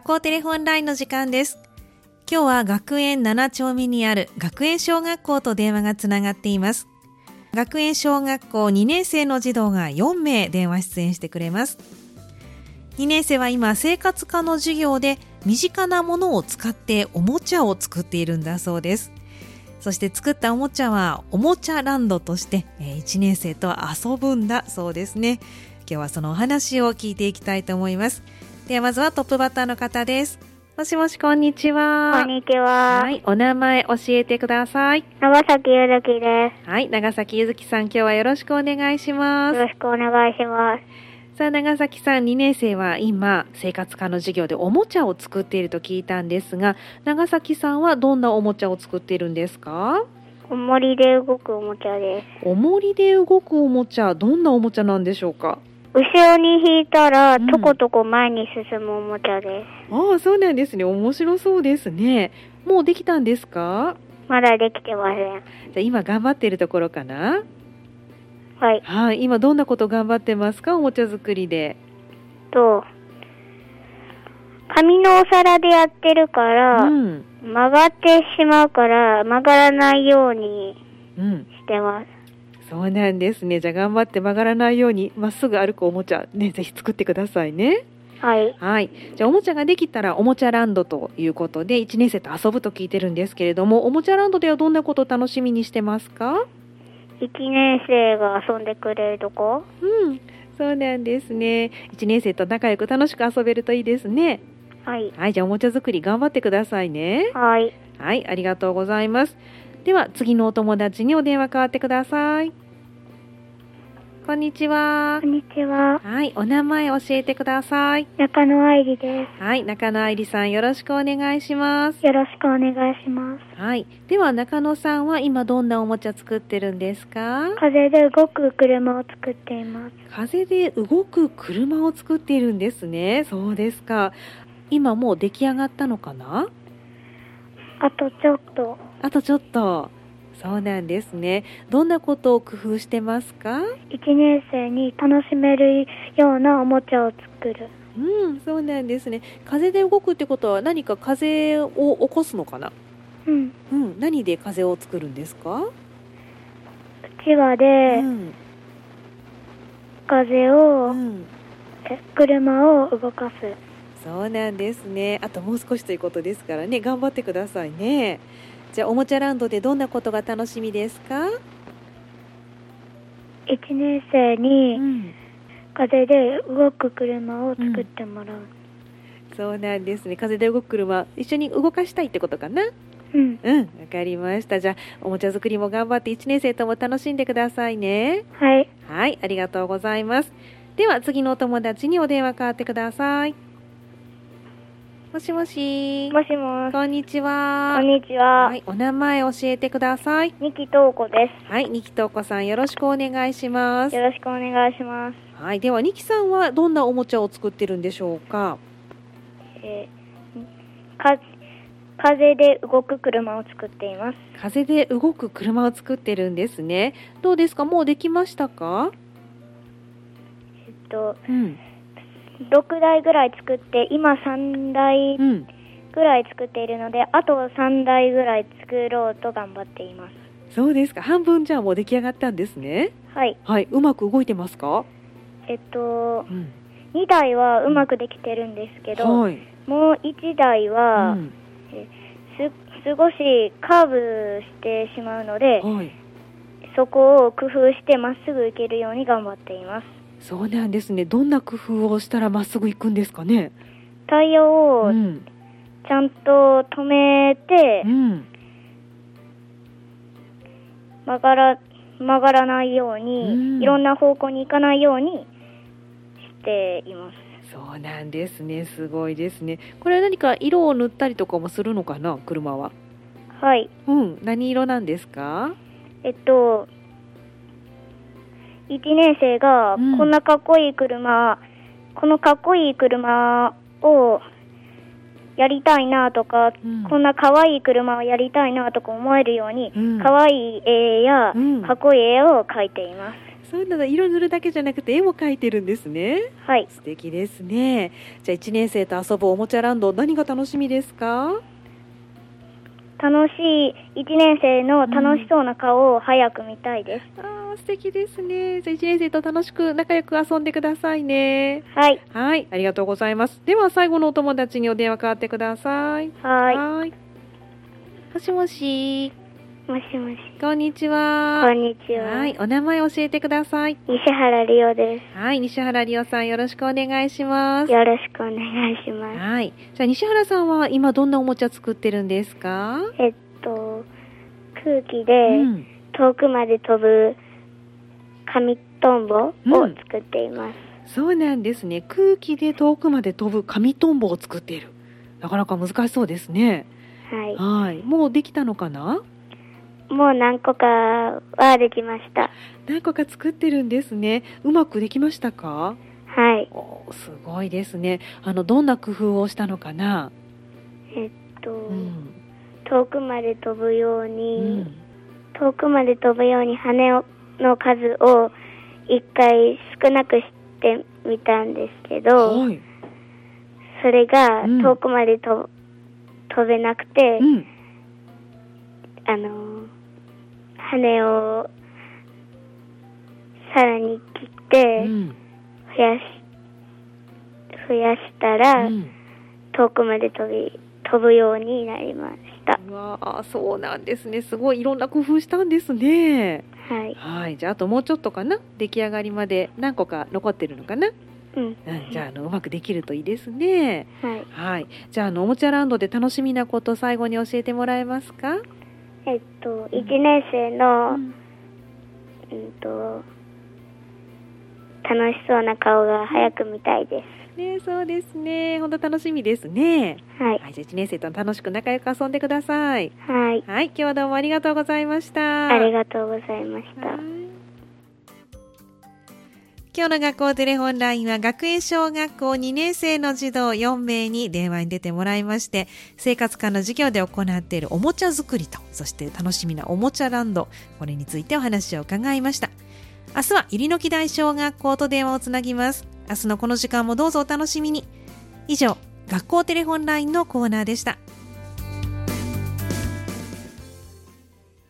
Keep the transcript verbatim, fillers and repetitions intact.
学校テレホンラインの時間です。今日は学園なな丁目にある学園小学校と電話がつながっています。学園小学校にねん生の児童がよん名電話出演してくれます。にねん生は今生活科の授業で身近なものを使っておもちゃを作っているんだそうです。そして作ったおもちゃはおもちゃランドとしていちねん生と遊ぶんだそうですね。今日はそのお話を聞いていきたいと思います。ではまずはトップバッターの方です。もしもし、こんにちは。 こんにちは。 はい、お名前教えてください。 長崎ゆずきです。 はい、長崎ゆずきさん、今日はよろしくお願いします。 よろしくお願いします。 さあ、長崎さん、にねん生は今生活科の授業でおもちゃを作っていると聞いたんですが、長崎さんはどんなおもちゃを作っているんですか？ おもりで動くおもちゃです。 おもりで動くおもちゃ、どんなおもちゃなんでしょうか？ 後ろに引いたら、とことこ前に進むおもちゃです。 ああ、そうなんですね。面白そうですね。もうできたんですか？ まだできてません。 じゃあ今頑張っているところかな？ はい。 はい、今どんなこと頑張ってますか？おもちゃ作りで。 と、紙のお皿でやってるから、うん、曲がってしまうから曲がらないようにしてます。 うん、そうなんですね。じゃあ頑張って曲がらないようにまっすぐ歩くおもちゃね、ぜひ作ってくださいね。 はい。 はい。じゃあおもちゃができたらおもちゃランドということでいちねん生と遊ぶと聞いてるんですけれども、おもちゃランドではどんなことを楽しみにしてますか？ いちねん生が遊んでくれるとこ。 うん、そうなんですね。いちねん生と仲良く楽しく遊べるといいですね。 はい。 はい、じゃあおもちゃ作り頑張ってくださいね。 はい。 はい、ありがとうございます。では次のお友達にお電話代わってください。こんにちは。 こんにちは。 はい、お名前教えてください。 中野愛理です。 はい、中野愛理さん、よろしくお願いします。 よろしくお願いします。 はい、では中野さんは今どんなおもちゃ作ってるんですか？ 風で動く車を作っています。 風で動く車を作っているんですね。そうですか。今もう出来上がったのかな？ あとちょっと。 あとちょっと。そうなんですね。どんなことを工夫してますか？ いちねん生に楽しめるようなおもちゃを作る。 うん、そうなんですね。風で動くってことは何か風を起こすのかな？ うん。 うん、何で風を作るんですか？ うちわで、うん、風を、うん、え車を動かす。 そうなんですね。あともう少しということですからね、頑張ってくださいね。じゃあおもちゃランドでどんなことが楽しみですか？ いちねん生に、うん、風で動く車を作ってもらう、うん、 そうなんですね。風で動く車一緒に動かしたいってことかな？ うんうん、わかりました。じゃあおもちゃ作りも頑張っていちねん生とも楽しんでくださいね。 はいはい、ありがとうございます。では次のお友達にお電話代わってください。もしもし。 もしもし。 こんにちは。 こんにちは。 はい、お名前教えてください。 三木東子です。 はい、三木東子さん、よろしくお願いします。 よろしくお願いします。 はい、では三木さんはどんなおもちゃを作ってるんでしょうか？ えー、か風で動く車を作っています。 風で動く車を作ってるんですね。どうですか？もうできましたか？ えっと、 うん。 ろくだいぐらい作って今さんだいぐらい作っているので、うん、あとさんだいぐらい作ろうと頑張っています。 そうですか。半分じゃあもう出来上がったんですね。 はいはい、うまく動いてますか？ えっと、うん、にだいはうまくできてるんですけど、うんはい、もういちだいは、うん、えす少しカーブしてしまうので、はい、そこを工夫してまっすぐ行けるように頑張っています。 そうなんですね。どんな工夫をしたらまっすぐ行くんですかね？ タイヤをちゃんと止めて、うん、曲がら、曲がらないように、うん、いろんな方向に行かないようにしています。 そうなんですね。すごいですね。これは何か色を塗ったりとかもするのかな？車は。 はい。 うん。何色なんですか？ えっといちねん生がこんなかっこいい車、うん、このかっこいい車をやりたいなとか、うん、こんなかわいい車をやりたいなとか思えるように、うん、かわいい絵や、うん、かっこいい絵を描いています。 そうなの、色塗るだけじゃなくて絵も描いてるんですね。 はい。 素敵ですね。じゃあいちねん生と遊ぶおもちゃランド、何が楽しみですか？ 楽しい、いちねん生の楽しそうな顔を早く見たいです。 うん、あー、素敵ですね。じゃあいちねん生と楽しく仲良く遊んでくださいね。 はい。 はい、ありがとうございます。では最後のお友達にお電話代わってください。 はい。 はい。もしもし。 もしもし。 こんにちは。 こんにちは。 はい、お名前教えてください。 西原理央です。 はい、西原理央さん、よろしくお願いします。 よろしくお願いします。 はい。じゃあ西原さんは今どんなおもちゃ作ってるんですか？ えっと空気で遠くまで飛ぶ紙トンボを作っています。 うん、そうなんですね。空気で遠くまで飛ぶ紙トンボを作っている。なかなか難しそうですね。 はい。 はい。もうできたのかな？ もう何個かはできました。 何個か作ってるんですね。うまくできましたか？ はい。 お、すごいですね。あのどんな工夫をしたのかな？ えっと、うん、 遠くまで飛ぶように、うん、遠くまで飛ぶように羽の数を一回少なくしてみたんですけど、はい、それが遠くまでと、うん、飛べなくて、うん、あの羽をさらに切って増やし、増やしたら、うん、遠くまで飛び飛ぶようになりました。 うわあ、そうなんですね。すごいいろんな工夫したんですね。 はい。 はい。じゃああともうちょっとかな。出来上がりまで何個か残ってるのかな。 うん。うん、 じゃあ、あのうまくできるといいですね。 はい。 はい。じゃあ、あのおもちゃランドで楽しみなこと最後に教えてもらえますか？ えっといちねん生の、うん、うんと楽しそうな顔が早く見たいです。 ね、そうですね。本当楽しみですね。 はい。 はい、じゃあいちねん生と楽しく仲良く遊んでください。 はい。 はい、今日はどうもありがとうございました。 ありがとうございました。 今日の学校テレホンラインは学園小学校にねん生の児童よん名に電話に出てもらいまして、生活科の授業で行っているおもちゃ作りと、そして楽しみなおもちゃランド、これについてお話を伺いました。明日は入野木台小学校と電話をつなぎます。明日のこの時間もどうぞお楽しみに。以上、学校テレホンラインのコーナーでした。